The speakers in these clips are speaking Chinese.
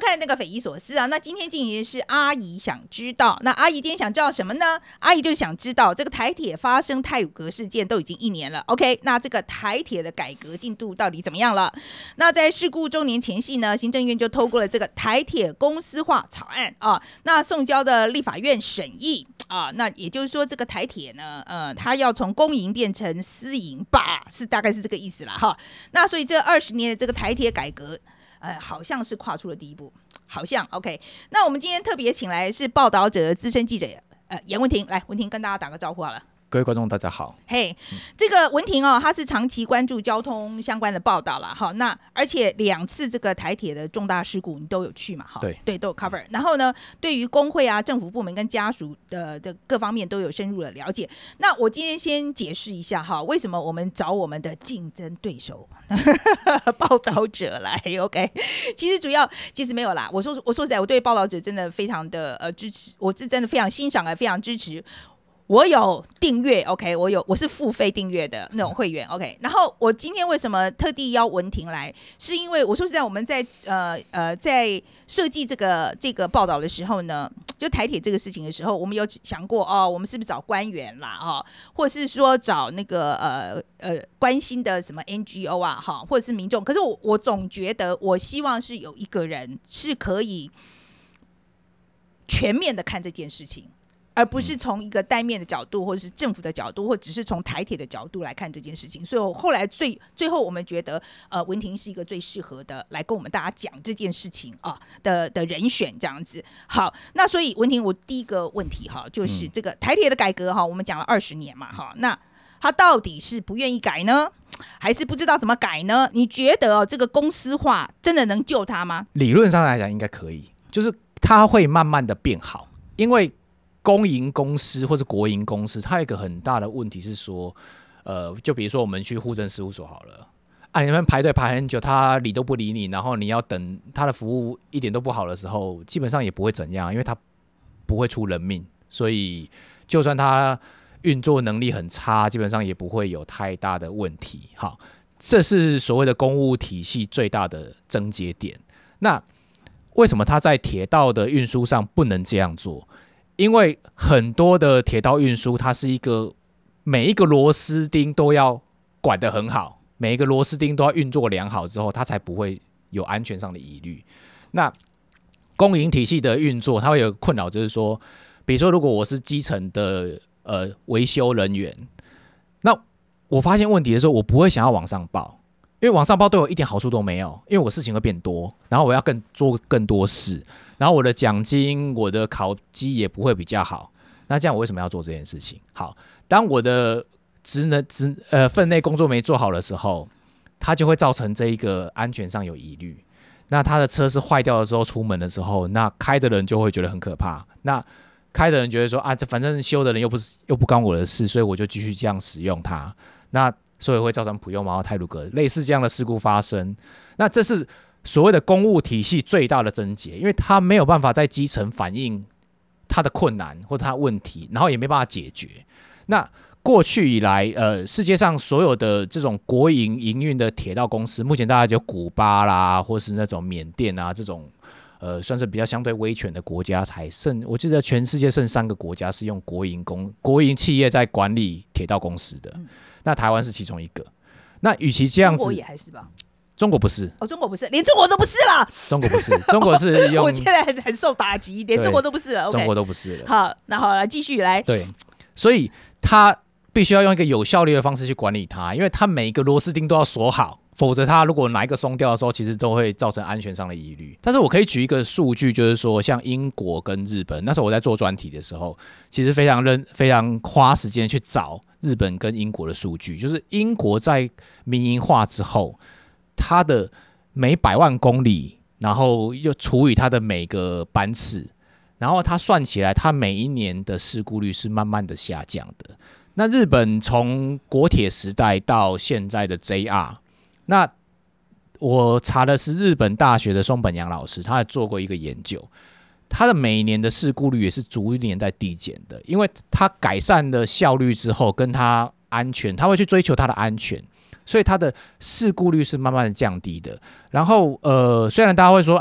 看那个匪夷所思啊。那今天进行的是阿姨想知道，那阿姨今天想知道什么呢？阿姨就是想知道这个台铁发生太鲁阁事件都已经1年了 ，OK？ 那这个台铁的改革进度到底怎么样了？那在事故周年前夕呢，行政院就透过了这个台铁公司化草案啊，那送交的立法院审议。那也就是说，这个台铁呢，它要从公营变成私营吧，大概是这个意思啦哈。那所以这20年的这个台铁改革，好像是跨出了第一步，好像 OK。那我们今天特别请来是报道者资深记者严文婷，来，文婷跟大家打个招呼好了。 各位观众大家好。 嘿，这个文婷他是长期关注交通相关的报道啦，哈，那而且2次这个台铁的重大事故你都有去嘛，哈，对，都有 cover。然后呢，对于工会啊、政府部门跟家属的各方面都有深入的了解。那我今天先解释一下哈，为什么我们找我们的竞争对手报道者来 ，OK？ 其实没有啦，我说实在，我对报道者真的非常的支持，我是真的非常欣赏非常支持。我有订阅 ，OK， 我是付费订阅的那种会员 ，OK。然后我今天为什么特地邀文婷来，是因为我说实在，我们在在设计这个报道的时候呢，就台铁这个事情的时候，我们有想过我们是不是找官员啦或者是说找那个关心的什么 NGO 啊或者是民众，可是我总觉得我希望是有一个人是可以全面的看这件事情。而不是从一个单面的角度，或者是政府的角度，或只是从台铁的角度来看这件事情。所以我后来最后我们觉得，文婷是一个最适合的来跟我们大家讲这件事情的人选这样子。好，那所以文婷，我第一个问题就是这个台铁的改革我们讲了20年嘛那他到底是不愿意改呢，还是不知道怎么改呢？你觉得这个公司化真的能救他吗？ 理论上来讲应该可以，就是它会慢慢的变好，因为公营公司或是国营公司，它有一个很大的问题是说，就比如说我们去户政事务所好了，你们排队排很久，他理都不理你，然后你要等他的服务一点都不好的时候，基本上也不会怎样，因为他不会出人命，所以就算他运作能力很差，基本上也不会有太大的问题。好，这是所谓的公务体系最大的症结点。那为什么他在铁道的运输上不能这样做？因为很多的铁道运输，它是每一个螺丝钉都要管得很好，每一个螺丝钉都要运作良好之后，它才不会有安全上的疑虑。那公营体系的运作，它会有困扰，就是说，比如说，如果我是基层的维修人员，那我发现问题的时候，我不会想要往上报。因为往上报对我一点好处都没有，因为我事情会变多，然后我要做更多事，然后我的奖金、我的考绩也不会比较好。那这样我为什么要做这件事情？好，当我的分内工作没做好的时候，它就会造成这一个安全上有疑虑。那他的车是坏掉的时候，出门的时候，那开的人就会觉得很可怕。那开的人觉得说这反正修的人又不关我的事，所以我就继续这样使用它。那所以会造成普悠玛、太鲁阁类似这样的事故发生。那这是所谓的公务体系最大的症结，因为它没有办法在基层反映它的困难或它的问题，然后也没办法解决。那过去以来，世界上所有的这种国营营运的铁道公司，目前大概就古巴啦，或是那种缅甸啊这种算是比较相对威权的国家才剩。我记得全世界剩3个国家是用国营企业在管理铁道公司的。那台湾是其中一个。那与其这样子， 中国也还是吧？ 中国不是中国不是，连中国都不是了。 中国不是，中国是用我现在很受打击，连中国都不是了。 中国都不是了。 好，那好了，继续来。 对，所以他必须要用一个有效率的方式去管理它，因为他每一个螺丝钉都要锁好，否则他如果哪一个松掉的时候，其实都会造成安全上的疑虑。但是我可以举一个数据，就是说像英国跟日本，那时候我在做专题的时候，其实非常花时间去找日本跟英国的数据，就是英国在民营化之后，它的每100万公里，然后又除以它的每个班次，然后它算起来，它每一年的事故率是慢慢的下降的。那日本从国铁时代到现在的 JR， 那我查的是日本大学的松本洋老师，他也做过一个研究，他的每年的事故率也是逐年在递减的，因为他改善了效率之后，跟他安全，他会去追求他的安全，所以他的事故率是慢慢的降低的。然后虽然大家会说，那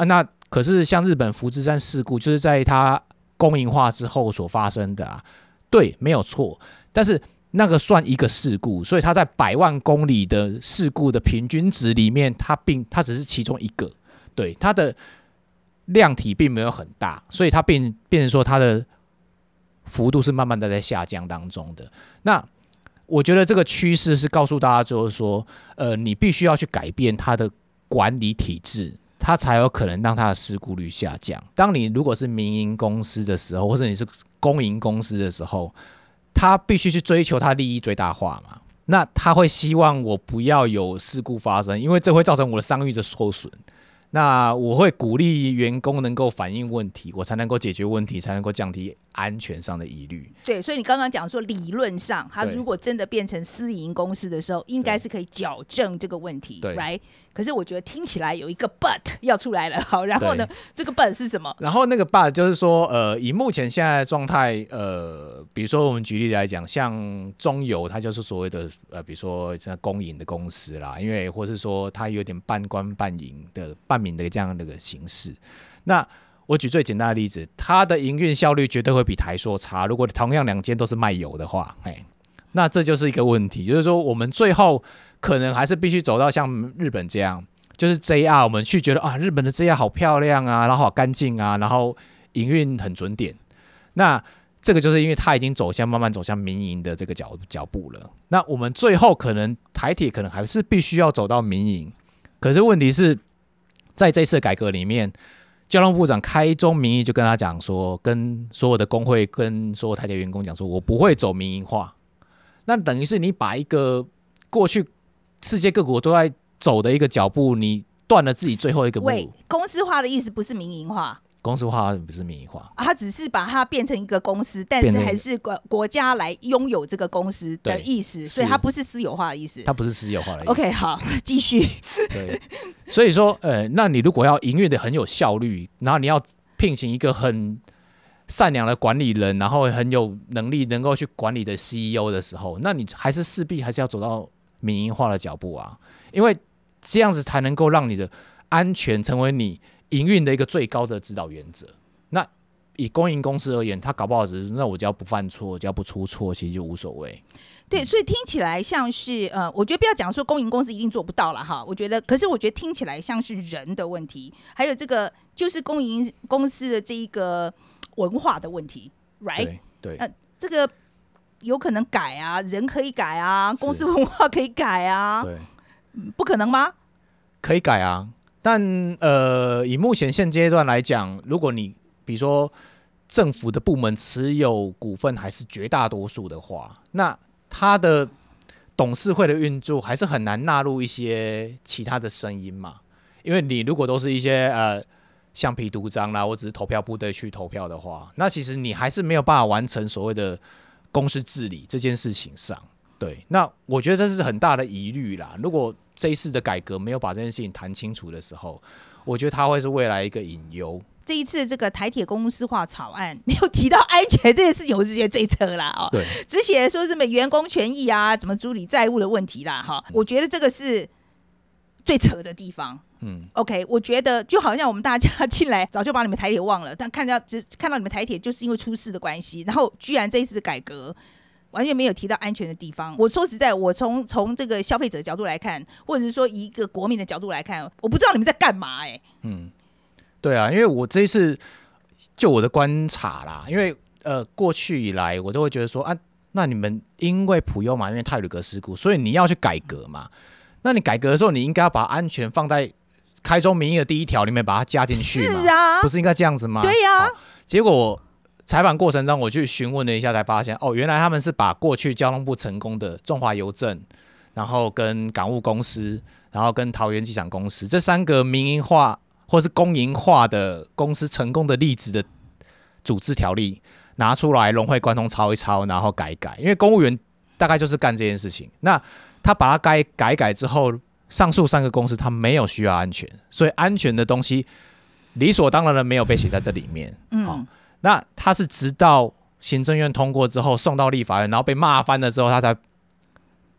可是像日本福知山事故，就是在它公营化之后所发生的啊，对，没有错，但是那个算一个事故，所以它在100万公里的事故的平均值里面，它只是其中一个，对，它的量体并没有很大，所以它变成说它的幅度是慢慢的在下降当中的。那我觉得这个趋势是告诉大家，就是说，你必须要去改变它的管理体制，它才有可能让它的事故率下降。当你如果是民营公司的时候，或者你是公营公司的时候，他必须去追求他利益最大化嘛。那他会希望我不要有事故发生，因为这会造成我的商誉的受损。那我会鼓励员工能够反映问题，我才能够解决问题，才能够降低安全上的疑虑。 对，所以你刚刚讲说，理论上，它如果真的变成私营公司的时候，应该是可以矫正这个问题，对 ，right？ 可是我觉得听起来有一个 but 要出来了，好，然后呢，这个 but 是什么？ 然后那个 but 就是说，以目前现在的状态，比如说我们举例来讲，像中油，它就是所谓的比如说像公营的公司啦，因为或是说它有点半官半营的半民的这样的一个形式。那我举最简单的例子，它的营运效率绝对会比台塑差。如果同样2间都是卖油的话，那这就是一个问题，就是说我们最后可能还是必须走到像日本这样，就是 JR 我们去觉得啊，日本的 JR 好漂亮啊，然后好干净啊，然后营运很准点。那这个就是因为它已经慢慢走向民营的这个脚步了。那我们最后可能台铁可能还是必须要走到民营，可是问题是在这次的改革里面，交通部长开宗明义就跟他讲说，跟所有的工会跟所有台铁员工讲说，我不会走民营化。那等于是你把一个过去世界各国都在走的一个脚步，你断了自己最后一个步。 公司化的意思不是民营化， 公司化不是民营化， 它只是把它变成一个公司，但是还是国家来拥有这个公司的意思，所以它不是私有化的意思。 它不是私有化的意思。 OK， 好，继续。 对，所以说，那你如果要营运的很有效率，然后你要聘请一个很善良的管理人，然后很有能力能够去管理的 CEO 的时候，那你势必还是要走到民营化的脚步啊，因为这样子才能够让你的安全成为你营运的一个最高的指导原则。那以公营公司而言，他搞不好只是那我只要不犯错，只要不出错，其实就无所谓。 对，所以听起来像是我觉得不要讲说公营公司一定做不到了哈，我觉得，可是我觉得听起来像是人的问题，还有这个就是公营公司的这一个文化的问题 ，right？ 对， 这个有可能改啊，人可以改啊，公司文化可以改啊， 对， 不可能吗？ 可以改啊，但以目前现阶段来讲，如果你比如说政府的部门持有股份还是绝大多数的话，那它的董事会的运作还是很难纳入一些其他的声音嘛。因为你如果都是一些橡皮图章啦，或只是投票部队去投票的话，那其实你还是没有办法完成所谓的公司治理这件事情上。对，那我觉得这是很大的疑虑啦。如果这一次的改革没有把这件事情谈清楚的时候，我觉得它会是未来一个隐忧。 这一次这个台铁公司化草案没有提到安全这件事情，我是觉得最扯啦哦。 对， 只写说什么员工权益啊，怎么处理债务的问题啦哈。我觉得这个是最扯的地方。OK， 我觉得就好像我们大家进来早就把你们台铁忘了，但只看到你们台铁就是因为出事的关系，然后居然这一次改革完全没有提到安全的地方。我说实在，我从这个消费者角度来看，或者是说以一个国民的角度来看，我不知道你们在干嘛对啊，因为我这一次就我的观察啦，因为过去以来我都会觉得说啊，那你们因为普悠玛因为太鲁阁事故，所以你要去改革嘛。那你改革的时候，你应该要把安全放在开宗明义的第一条里面，把它加进去嘛？ 是啊， 不是应该这样子吗？ 对啊。 结果我采访过程中，我去询问了一下，才发现哦，原来他们是把过去交通部成功的中华邮政，然后跟港务公司，然后跟桃园机场公司这3个民营化或是公营化的公司成功的例子的组织条例拿出来融会贯通抄一抄，然后改一改。因为公务员大概就是干这件事情。那他把它改之后，上述3个公司他没有需要安全，所以安全的东西理所当然的没有被写在这里面。那他是直到行政院通过之后送到立法院，然后被骂翻了之后，他才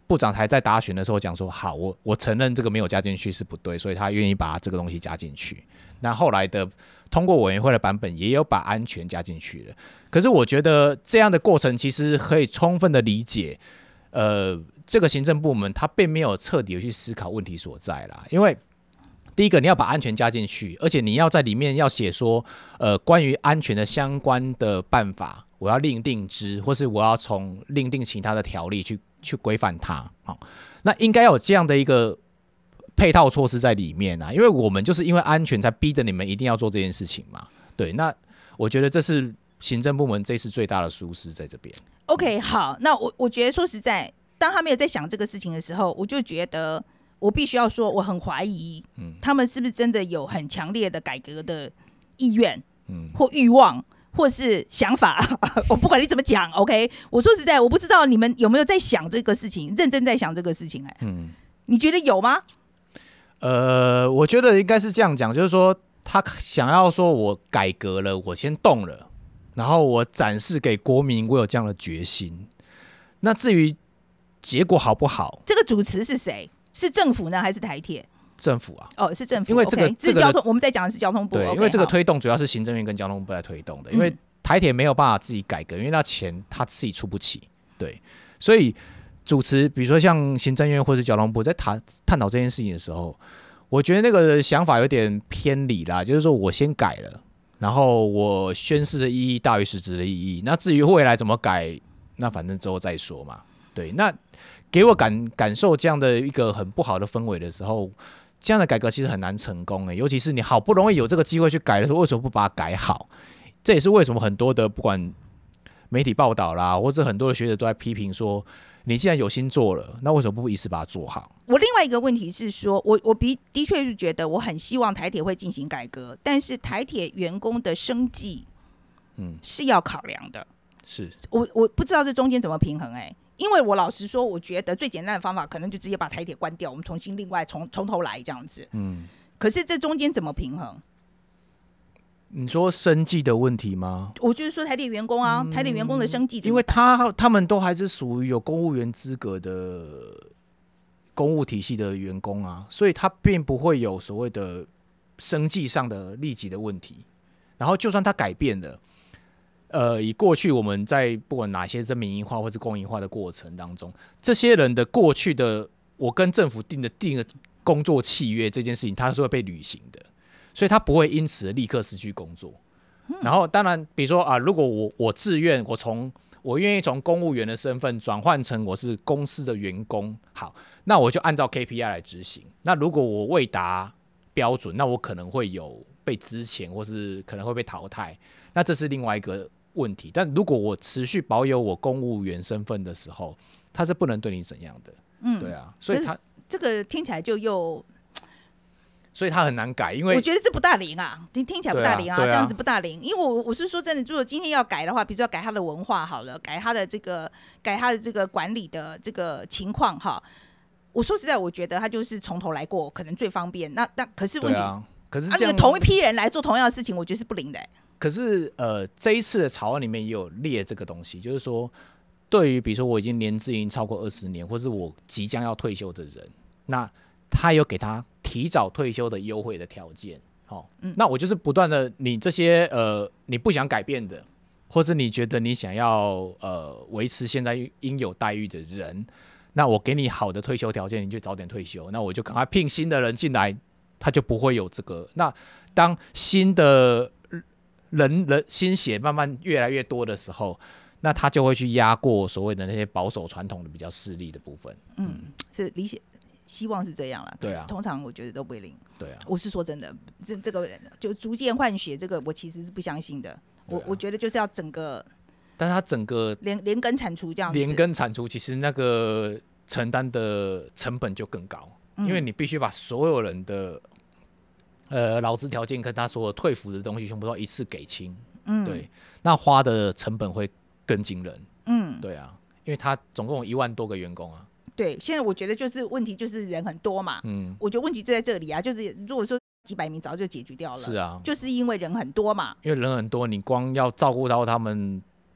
部长还在答询的时候讲说，好，我承认这个没有加进去是不对，所以他愿意把这个东西加进去。那后来的通过委员会的版本也有把安全加进去了。可是我觉得这样的过程其实可以充分的理解，这个行政部门他并没有彻底的去思考问题所在啦。因为第一个你要把安全加进去，而且你要在里面要写说，关于安全的相关的办法，我要另定之，或是我要从另定其他的条例去规范它。那应该要有这样的一个配套措施在里面啊，因为我们就是因为安全才逼着你们一定要做这件事情嘛。对，那我觉得这是行政部门这次最大的疏失在这边。 OK， 好，那我觉得说实在，当他没有在想这个事情的时候，我就觉得我必须要说，我很怀疑，他们是不是真的有很强烈的改革的意愿，或欲望，或是想法。我不管你怎么讲 ，OK， 我说实在，我不知道你们有没有在想这个事情，认真在想这个事情。你觉得有吗？ 我觉得应该是这样讲，就是说他想要说我改革了，我先动了，然后我展示给国民我有这样的决心。那至于结果好不好， 这个主持是谁？是政府呢，还是台铁？ 政府啊， 是政府。 因为这个是交通，我们在讲的是交通部。 对，因为这个推动主要是行政院跟交通部在推动的，因为台铁没有办法自己改革，因为那钱他自己出不起。对，所以主持，比如说像行政院或是交通部在探讨这件事情的时候，我觉得那个想法有点偏离啦，就是说我先改了，然后我宣示的意义大于实质的意义。那至于未来怎么改，那反正之后再说嘛。对，那给我感受这样的一个很不好的氛围的时候，这样的改革其实很难成功尤其是你好不容易有这个机会去改的时候，为什么不把它改好？这也是为什么很多的不管媒体报道啦，或者很多的学者都在批评说，你既然有心做了，那为什么不一次把它做好？ 我另外一个问题是说，我的确是觉得我很希望台铁会进行改革，但是台铁员工的生计，是要考量的。 是我不知道这中间怎么平衡因为我老实说，我觉得最简单的方法可能就直接把台铁关掉，我们重新另外从头来这样子。可是这中间怎么平衡？ 你说生计的问题吗？ 我就是说台铁员工啊，台铁员工的生计， 因为他们都还是属于有公务员资格的公务体系的员工啊，所以他并不会有所谓的生计上的立即的问题。然后就算他改变了，以过去我们在不管哪些是民营化或是公营化的过程当中，这些人的过去的我跟政府定的工作契约这件事情，他是会被履行的。所以他不会因此立刻失去工作。然后当然比如说如果我自愿我愿意从公务员的身份转换成我是公司的员工，好，那我就按照 KPI 来执行。那如果我未达标准，那我可能会有被资遣，或是可能会被淘汰，那这是另外一个问题。但如果我持续保有我公务员身份的时候，他是不能对你怎样的。对啊，所以他这个听起来所以他很难改，因为我觉得这不大灵啊，听起来不大灵啊，这样子不大灵。因为我是说真的，如果今天要改的话，比如说要改他的文化好了，改他的这个管理的这个情况哈，我说实在，我觉得他就是从头来过，可能最方便。那可是问题， 可是这样同一批人来做同样的事情，我觉得是不灵的。 可是这一次的草案里面也有列这个东西，就是说，对于比如说我已经年资已经超过20年，或是我即将要退休的人，那他有给他提早退休的优惠的条件。那我就是不断的，你这些你不想改变的，或者你觉得你想要维持现在应有待遇的人，那我给你好的退休条件，你就早点退休，那我就赶快聘新的人进来，他就不会有这个。那当新的人新血慢慢越来越多的时候，那他就会去压过所谓的那些保守传统的比较势力的部分。 是理解。希望是这样啦， 对啊， 通常我觉得都不会灵， 对啊， 我是说真的，这个就逐渐换血，这个我其实是不相信的。我觉得就是要整个， 但是它整个连根铲除这样子， 连根铲除，其实那个承担的成本就更高，因为你必须把所有人的劳资条件跟他所有退服的东西全部都一次给清，对，那花的成本会更惊人，对啊，因为他总共有1万多个员工啊。 对，现在我觉得就是问题就是人很多嘛，我觉得问题就在这里啊，就是如果说几百名早就解决掉了， 是啊， 就是因为人很多嘛， 因为人很多，你光要照顾到他们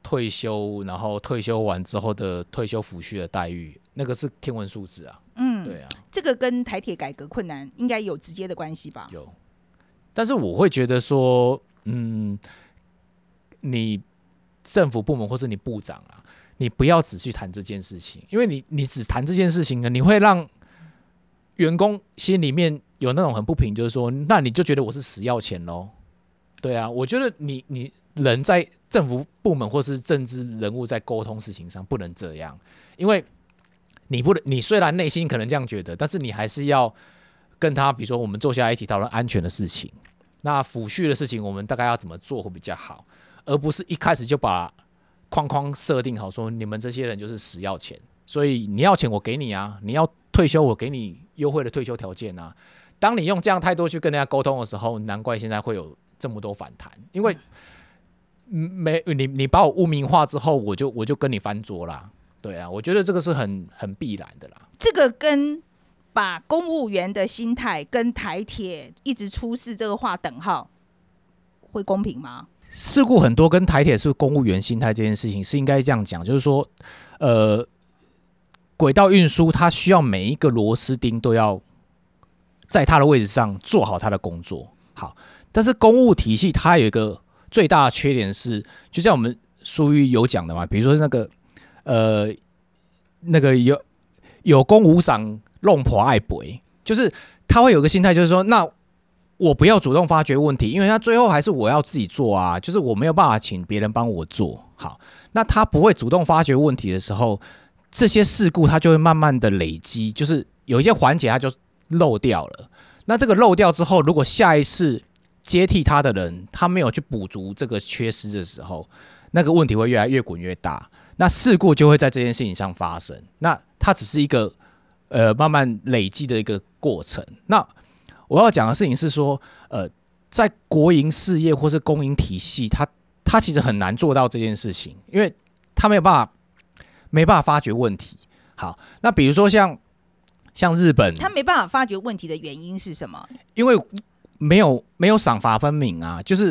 退休，然后退休完之后的退休抚恤的待遇，那个是天文数字啊。对啊， 这个跟台铁改革困难应该有直接的关系吧？ 有，但是我会觉得说，你政府部门或是你部长啊，你不要只去谈这件事情，因为你只谈这件事情呢，你会让员工心里面有那种很不平，就是说，那你就觉得我是死要钱咯。对啊，我觉得你人在政府部门或是政治人物在沟通事情上不能这样，因为你虽然内心可能这样觉得，但是你还是要跟他，比如说我们坐下来一起讨论安全的事情，那抚恤的事情我们大概要怎么做会比较好，而不是一开始就把框框设定好，说你们这些人就是死要钱，所以你要钱我给你啊，你要退休我给你优惠的退休条件啊。当你用这样态度去跟人家沟通的时候，难怪现在会有这么多反弹，因为你把我污名化之后，我就跟你翻桌啦。对啊，我觉得这个是很必然的啦。 这个跟把公务员的心态跟台铁一直出事这个划等号，会公平吗？ 事故很多跟台铁是公务员心态这件事情是应该这样讲，就是说，轨道运输它需要每一个螺丝钉都要在它的位置上做好它的工作。好，但是公务体系它有一个最大的缺点是，就像我们俗语有讲的嘛，比如说那个有功无赏，弄破爱赔，就是他会有个心态，就是说，那我不要主动发掘问题，因为他最后还是我要自己做啊，就是我没有办法请别人帮我做。好，那他不会主动发掘问题的时候，这些事故它就会慢慢的累积，就是有一些环节它就漏掉了。那这个漏掉之后，如果下一次接替他的人他没有去补足这个缺失的时候，那个问题会越来越滚越大，那事故就会在这件事情上发生。那它只是一个慢慢累积的一个过程。那我要讲的事情是说，在国营事业或是公营体系，它其实很难做到这件事情，因为它没办法发掘问题。好，那比如说像日本， 他没办法发掘问题的原因是什么？ 因为没有赏罚分明啊，就是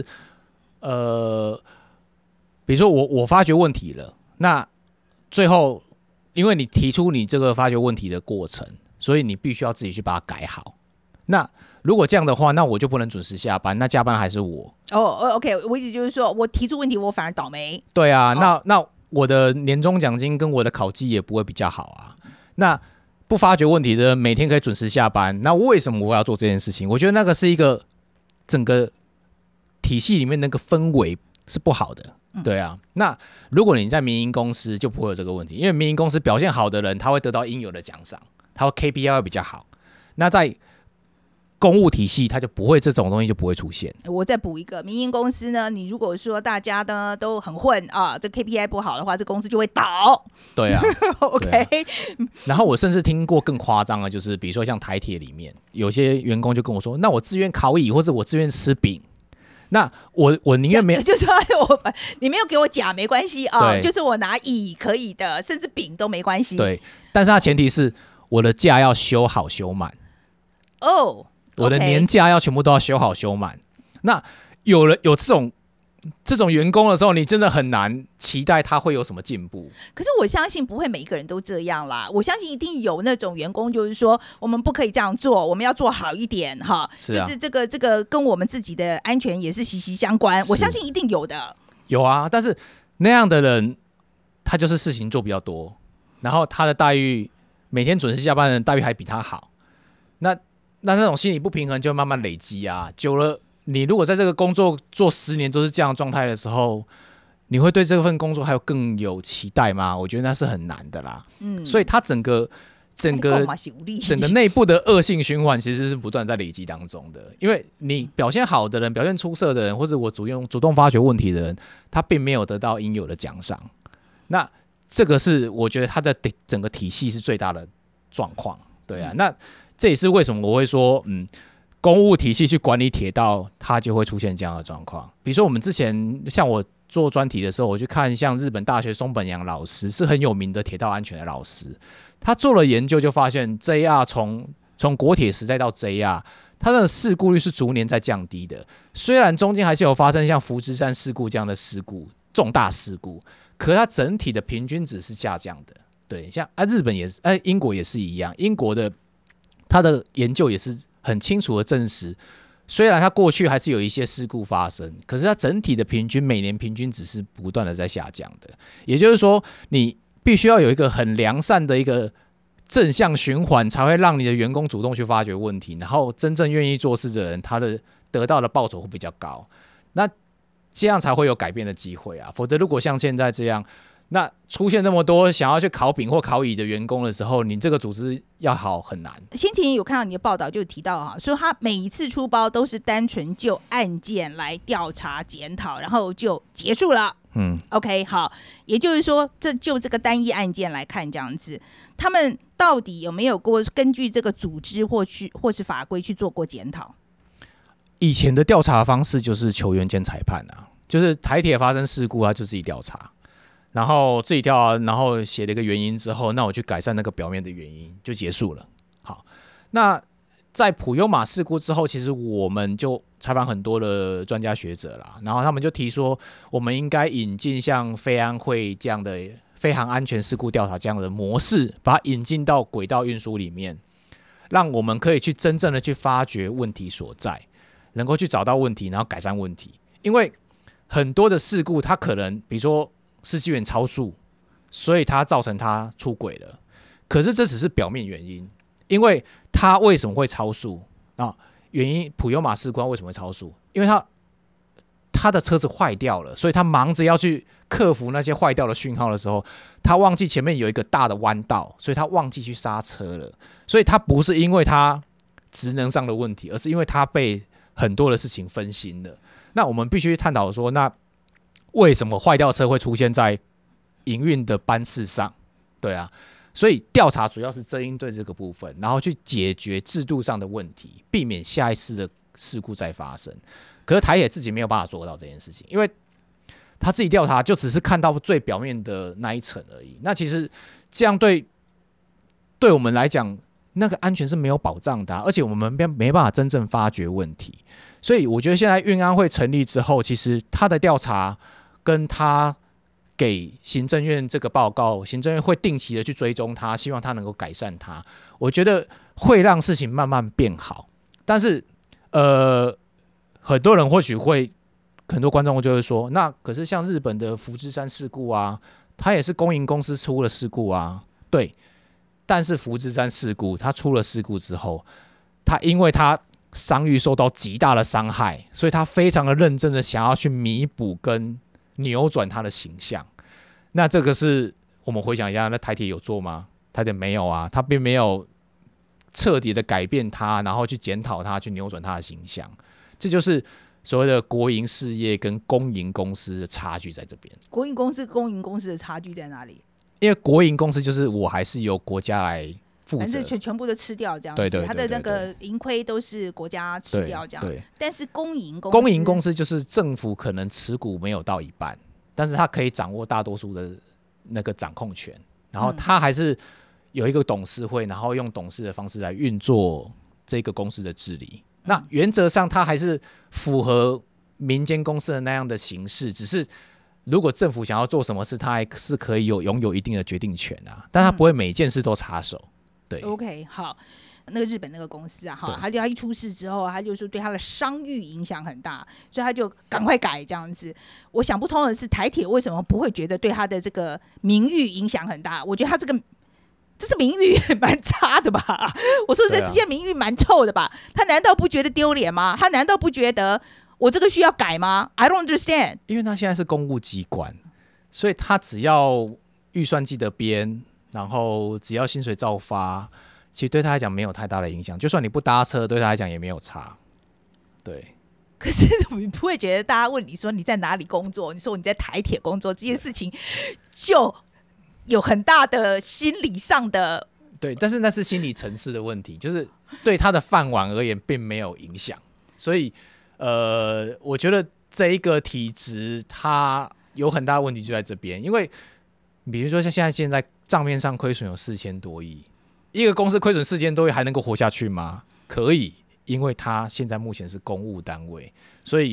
比如说我发掘问题了，那最后因为你提出你这个发掘问题的过程，所以你必须要自己去把它改好。那如果这样的话，那我就不能准时下班，那加班还是我。 OK， 我意思就是说我提出问题，我反而倒霉。 对啊，那我的年终奖金跟我的考绩也不会比较好啊。那不发掘问题的人每天可以准时下班，那为什么我要做这件事情？我觉得那个是一个整个体系里面那个氛围是不好的。对啊，那如果你在民营公司就不会有这个问题，因为民营公司表现好的人他会得到应有的奖赏，他会 KPI 会比较好。那在公务体系它就不会，这种东西就不会出现。 我再补一个，民营公司呢，你如果说大家呢都很混啊，这 KPI 不好的话，这公司就会倒。 对啊 OK 对啊。然后我甚至听过更夸张的，就是比如说像台铁里面有些员工就跟我说，那我自愿烤椅或者我自愿吃饼，那我宁愿没有， 就是说你没有给我甲没关系啊，就是我拿椅可以的，甚至饼都没关系。 对，但是它前提是我的假要休好休满。我的年假要全部都要休好休满。那有这种员工的时候，你真的很难期待他会有什么进步。 可是我相信不会每一个人都这样啦，我相信一定有那种员工，就是说我们不可以这样做，我们要做好一点哈。 是啊， 就是这个跟我们自己的安全也是息息相关，我相信一定有的。有啊，但是那样的人，他就是事情做比较多，然后他的待遇，每天准时下班的人待遇还比他好，那种心理不平衡就慢慢累积啊，久了，你如果在这个工作做10年都是这样的状态的时候，你会对这份工作还有更有期待吗？我觉得那是很难的啦。所以它整个内部的恶性循环其实是不断在累积当中的。因为你表现好的人、表现出色的人，或者我主动发掘问题的人，他并没有得到应有的奖赏。那这个是我觉得他的整个体系是最大的状况。对啊，那这也是为什么我会说，公务体系去管理铁道，它就会出现这样的状况。比如说我们之前像我做专题的时候，我去看像日本大学松本洋老师是很有名的铁道安全的老师，他做了研究就发现 JR 从国铁时代到 JR， 它的事故率是逐年在降低的。虽然中间还是有发生像福知山事故这样的事故，重大事故， 可是它整体的平均值是下降的。对，像日本也是，英国也是一样，英国的它的研究也是很清楚的证实，虽然它过去还是有一些事故发生，可是它整体的每年平均值是不断的在下降的。也就是说，你必须要有一个很良善的一个正向循环，才会让你的员工主动去发掘问题，然后真正愿意做事的人，他的得到的报酬会比较高。那这样才会有改变的机会啊！否则，如果像现在这样，那出现那么多想要去考丙或考乙的员工的时候，你这个组织要好很难。 先前有看到你的报道，就提到说他每一次出包都是单纯就案件来调查检讨，然后就结束了。OK， 好，也就是说，就这个单一案件来看，这样子，他们到底有没有根据这个组织或是法规去做过检讨？ 以前的调查方式就是球员兼裁判啊，就是台铁发生事故，他就自己调查。然后自己调，然后写了一个原因之后，那我去改善那个表面的原因，就结束了。好，那在普悠玛事故之后，其实我们就采访很多的专家学者啦，然后他们就提说，我们应该引进像飞安会这样的飞航安全事故调查这样的模式，把它引进到轨道运输里面，让我们可以去真正的去发掘问题所在，能够去找到问题，然后改善问题。因为很多的事故，它可能比如说司机员超速，所以他造成他出轨了。可是这只是表面原因，因为他为什么会超速啊？原因普悠玛事故为什么会超速？因为他的车子坏掉了，所以他忙着要去克服那些坏掉的讯号的时候，他忘记前面有一个大的弯道，所以他忘记去刹车了。所以他不是因为他职能上的问题，而是因为他被很多的事情分心了。那我们必须探讨说，那为什么坏掉车会出现在营运的班次上？对啊，所以调查主要是针对这个部分，然后去解决制度上的问题，避免下一次的事故再发生。可是台铁自己没有办法做到这件事情，因为他自己调查就只是看到最表面的那一层而已。那其实这样对我们来讲，那个安全是没有保障的而且我们没办法真正发掘问题。所以我觉得现在运安会成立之后，其实他的调查跟他给行政院这个报告，行政院会定期的去追踪他，希望他能够改善他。我觉得会让事情慢慢变好。但是很多人或许会，很多观众就会说，那可是像日本的福知山事故啊，它也是公营公司出了事故啊，对。但是福知山事故，它出了事故之后，因为它商誉受到极大的伤害，所以他非常的认真的想要去弥补跟扭转他的形象。那这个是我们回想一下，那台铁有做吗？台铁没有啊，他并没有彻底的改变他，然后去检讨他，去扭转他的形象。这就是所谓的国营事业跟公营公司的差距在这边。 国营公司跟公营公司的差距在哪里？ 因为国营公司就是我还是由国家来负责， 反正全部都吃掉这样子，他的那个盈亏都是国家吃掉这样。但是公营公司就是政府可能持股没有到一半，但是他可以掌握大多数的那个掌控权，然后他还是有一个董事会，然后用董事的方式来运作这个公司的治理。那原则上他还是符合民间公司的那样的形式，只是如果政府想要做什么事，他还是可以拥有一定的决定权啊，但他不会每件事都插手。对 ，OK， 好，那个日本那个公司啊，他一出事之后，他就说对他的商誉影响很大，所以他就赶快改这样子。我想不通的是，台铁为什么不会觉得对他的这个名誉影响很大？我觉得他这是名誉蛮差的吧？我说这些名誉蛮臭的吧？他难道不觉得丢脸吗？他难道不觉得我这个需要改吗 ？I don't understand。 因为他现在是公务机关，所以他只要预算记得编，然后只要薪水照发，其实对他来讲没有太大的影响。就算你不搭车，对他来讲也没有差。对。 可是你不会觉得大家问你说你在哪里工作，你说你在台铁工作，这件事情就有很大的心理上的对，但是那是心理层次的问题，就是对他的饭碗而言并没有影响。所以我觉得这一个体质它有很大的问题就在这边，因为比如说像现在账面上亏损有4000多亿，一个公司亏损4000多亿还能够活下去吗？可以，因为它现在目前是公务单位，所以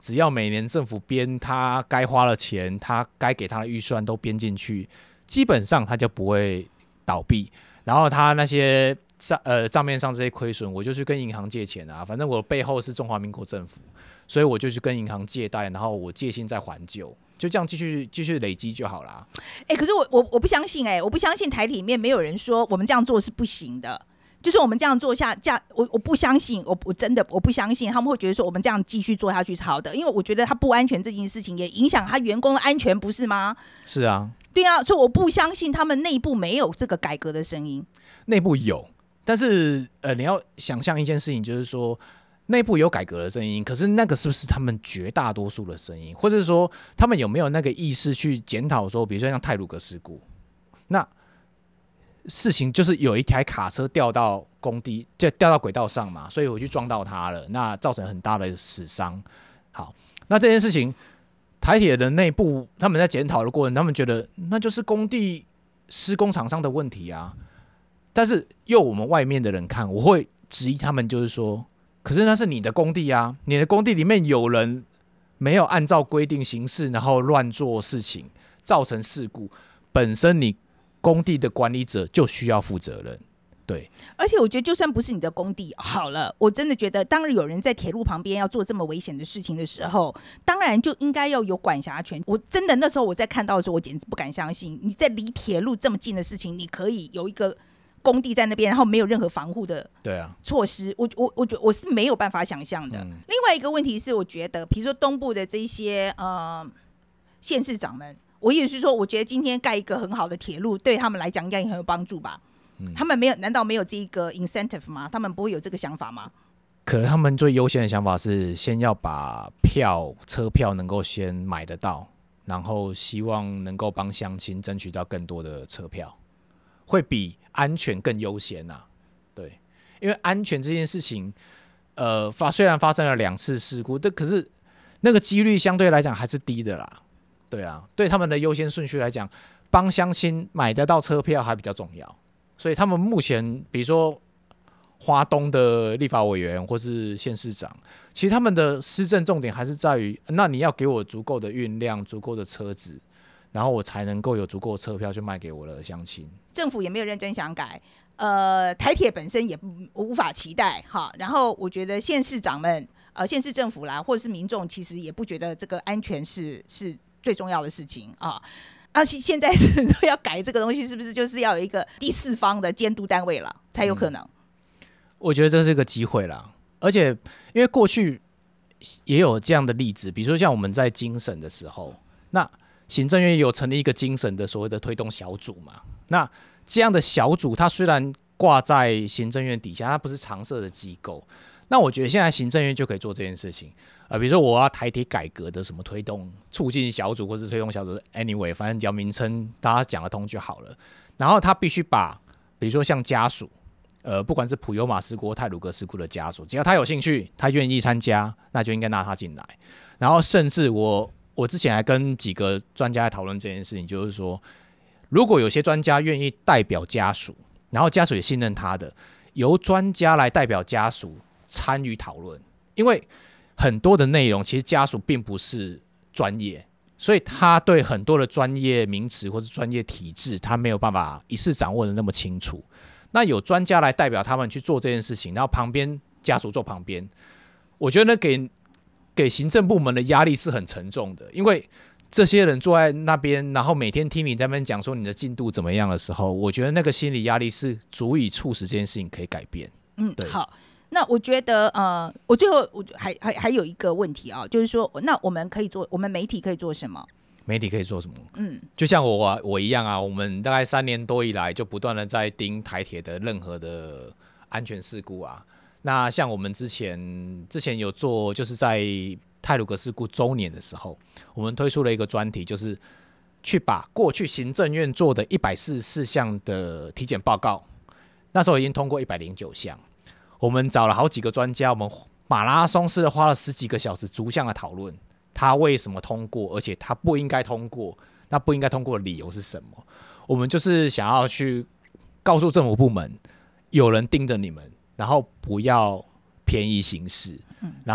只要每年政府编他该花的钱，他该给他的预算都编进去，基本上他就不会倒闭。然后他那些账面上这些亏损，我就去跟银行借钱啊，反正我背后是中华民国政府，所以我就去跟银行借贷，然后我借信再还旧，就这样继续累积就好啦。 可是我不相信我不相信台里面没有人说我们这样做是不行的。就是我们这样做我不相信，我真的我不相信他们会觉得说我们这样继续做下去是好的，因为我觉得他不安全这件事情也影响他员工的安全，不是吗？ 是啊， 对啊，所以我不相信他们内部没有这个改革的声音。 内部有，但是你要想象一件事情，就是说内部有改革的声音，可是那个是不是他们绝大多数的声音，或者说他们有没有那个意识去检讨说，比如说像太鲁阁事故，那事情就是有一台卡车掉到工地，就掉到轨道上嘛，所以我去撞到它了，那造成很大的死伤。好，那这件事情台铁的内部他们在检讨的过程，他们觉得那就是工地施工厂商的问题啊。但是由我们外面的人看，我会质疑他们，就是说，可是那是你的工地啊，你的工地里面有人没有按照规定行事，然后乱做事情，造成事故，本身你工地的管理者就需要负责任。对， 而且我觉得就算不是你的工地好了，我真的觉得当有人在铁路旁边要做这么危险的事情的时候，当然就应该要有管辖权。我真的那时候我在看到的时候，我简直不敢相信，你在离铁路这么近的事情，你可以有一个工地在那边，然后没有任何防护的措施。我觉得我是没有办法想象的。另外一个问题是，我觉得比如说东部的这些县市长们，我也是说，我觉得今天盖一个很好的铁路，对他们来讲应该也很有帮助吧。他们难道没有这个 incentive 吗？他们不会有这个想法吗？ 可能他们最优先的想法是先要把车票能够先买得到，然后希望能够帮乡亲争取到更多的车票，会比安全更优先啊。对，因为安全这件事情，虽然发生了2次事故，但可是那个几率相对来讲还是低的啦。对啊，对他们的优先顺序来讲，帮乡亲买得到车票还比较重要。所以他们目前，比如说花东的立法委员或是县市长，其实他们的施政重点还是在于，那你要给我足够的运量、足够的车子，然后我才能够有足够的车票去卖给我的乡亲。 政府也没有认真想改，台铁本身也无法期待哈。然后我觉得县市长们、县市政府啦，或者是民众，其实也不觉得这个安全是最重要的事情啊。现在是要改这个东西，是不是就是要有一个第四方的监督单位了才有可能？ 我觉得这是个机会啦，而且因为过去也有这样的例子，比如说像我们在京审的时候，那行政院有成立一个京审的所谓的推动小组嘛，那这样的小组它虽然挂在行政院底下，它不是常设的机构，那我觉得现在行政院就可以做这件事情。比如说我要台铁改革的什么推动促进小组或是推动小组 anyway， 反正只要名称大家讲得通就好了。然后他必须把比如说像家属不管是普悠玛事故、太鲁阁事故的家属，只要他有兴趣，他愿意参加，那就应该纳他进来。然后甚至我之前还跟几个专家在讨论这件事情，就是说如果有些专家愿意代表家属，然后家属也信任他的，由专家来代表家属参与讨论，因为很多的内容其实家属并不是专业，所以他对很多的专业名词或是专业体制他没有办法一次掌握的那么清楚。那有专家来代表他们去做这件事情，然后旁边家属坐旁边，我觉得给行政部门的压力是很沉重的，因为这些人坐在那边，然后每天听你在那边讲说你的进度怎么样的时候，我觉得那个心理压力是足以促使这件事情可以改变。对， 好。那我觉得我最后还有一个问题啊，就是说，那我们媒体可以做什么？ 媒体可以做什么？就像我一样啊，我们大概3年多以来就不断的在盯台铁的任何的安全事故啊。那像我们之前有做，就是在太鲁阁事故周年的时候，我们推出了一个专题，就是去把过去行政院做的144项的体检报告，那时候已经通过109项。我们找了好几个专家，我们马拉松式的花了10几个小时逐项的讨论，他为什么通过，而且他不应该通过，那不应该通过的理由是什么？我们就是想要去告诉政府部门，有人盯着你们，然后不要便宜行事，然后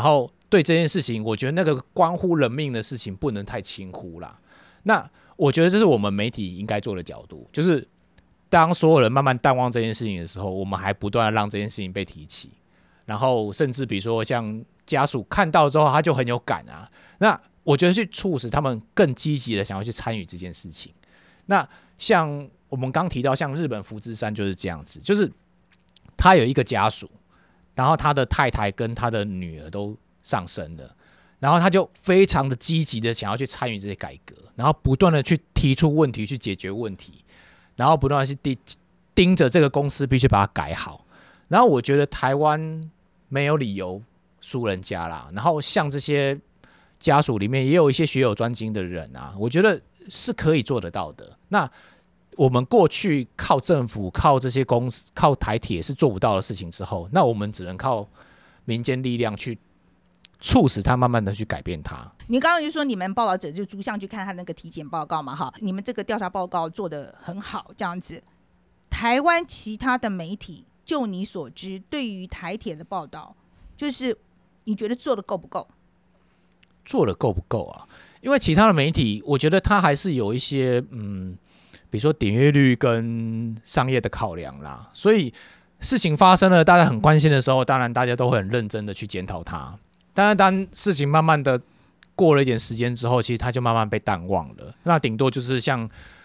对这件事情，我觉得那个关乎人命的事情不能太轻忽啦。那我觉得这是我们媒体应该做的角度，就是当所有人慢慢淡忘这件事情的时候，我们还不断的让这件事情被提起，然后甚至比如说像家属看到之后他就很有感啊，那我觉得去促使他们更积极的想要去参与这件事情。那像我们刚提到像日本福知山就是这样子，就是他有一个家属，然后他的太太跟他的女儿都上升了，然后他就非常的积极的想要去参与这些改革，然后不断的去提出问题去解决问题，然后不断的去盯着这个公司必须把它改好。然后我觉得台湾没有理由输人家啦，然后像这些家属里面也有一些学有专精的人啊，我觉得是可以做得到的。那我们过去靠政府、靠这些公司、靠台铁是做不到的事情之后，那我们只能靠民间力量去促使他慢慢的去改变它。 你刚刚就说你们报道者就逐项去看他那个体检报告嘛，哈，你们这个调查报告做得很好，这样子。台湾其他的媒体，就你所知，对于台铁的报道，就是你觉得做得够不够？ 做得够不够啊？因为其他的媒体，我觉得它还是有一些比如说点阅率跟商业的考量啦，所以事情发生了，大家很关心的时候，当然大家都会很认真的去检讨它。当然，当事情慢慢的过了一点时间之后，其实它就慢慢被淡忘了。那顶多就是像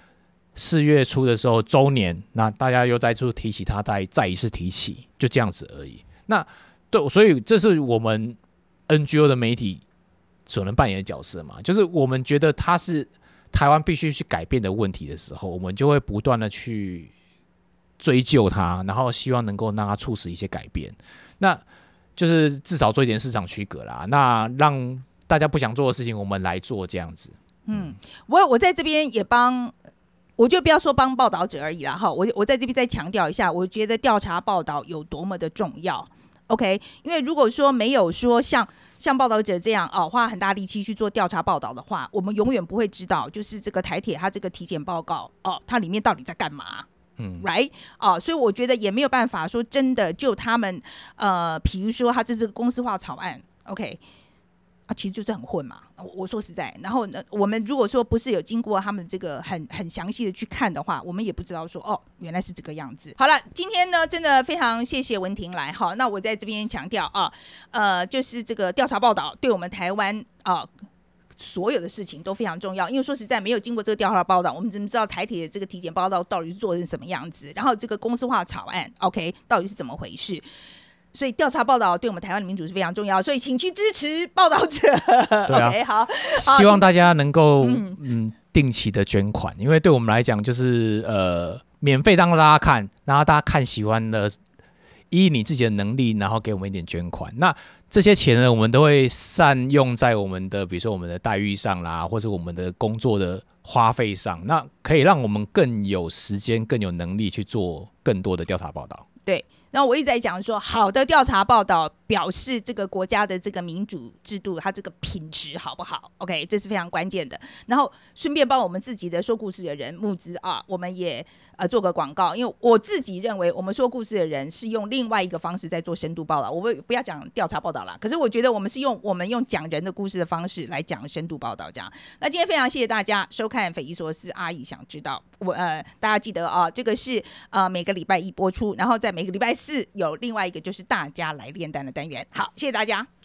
4月初的时候周年，那大家又再次提起它，再一次提起，就这样子而已。那对，所以这是我们 NGO 的媒体所能扮演的角色嘛，就是我们觉得它是台湾必须去改变的问题的时候，我们就会不断的去追究它，然后希望能够让它促使一些改变。那就是至少做一点市场区隔啦，那让大家不想做的事情我们来做这样子。 我在这边也帮，我就不要说帮报道者而已啦哈，我在这边再强调一下，我觉得调查报道有多么的重要。OK， 因为如果说没有说像报道者这样花很大力气去做调查报道的话，我们永远不会知道，就是这个台铁它这个体检报告它里面到底在干嘛。right 所以我觉得也没有办法说真的就他们比如说他这是个公司化草案 OK其实就是很混嘛，我说实在，然后呢，我们如果说不是有经过他们这个很详细的去看的话，我们也不知道说原来是这个样子。好了，今天呢真的非常谢谢文婷来哈，那我在这边强调就是这个调查报道对我们台湾所有的事情都非常重要，因为说实在没有经过这个调查报道，我们怎么知道台铁的这个体检报道到底是做成什么样子，然后这个公司化草案 OK 到底是怎么回事。所以调查报道对我们台湾的民主是非常重要，所以请去支持报道者。 对啊 OK 好， 希望大家能够定期的捐款，因为对我们来讲就是免费让大家看，然后大家看喜欢的，依你自己的能力，然后给我们一点捐款。那这些钱呢，我们都会善用在我们的比如说我们的待遇上啦，或者我们的工作的花费上，那可以让我们更有时间更有能力去做更多的调查报道。 对，然后我一直在讲说，好的调查报道表示这个国家的这个民主制度，它这个品质好不好 ？OK， 这是非常关键的。然后顺便帮我们自己的说故事的人募资我们也做个广告，因为我自己认为我们说故事的人是用另外一个方式在做深度报道，我不要讲调查报道啦，可是我觉得我们是用讲人的故事的方式来讲深度报道这样。那今天非常谢谢大家收看匪夷所思阿姨想知道，大家记得这个是每个礼拜一播出，然后在每个礼拜四有另外一个就是大家来炼丹的单元。好，谢谢大家。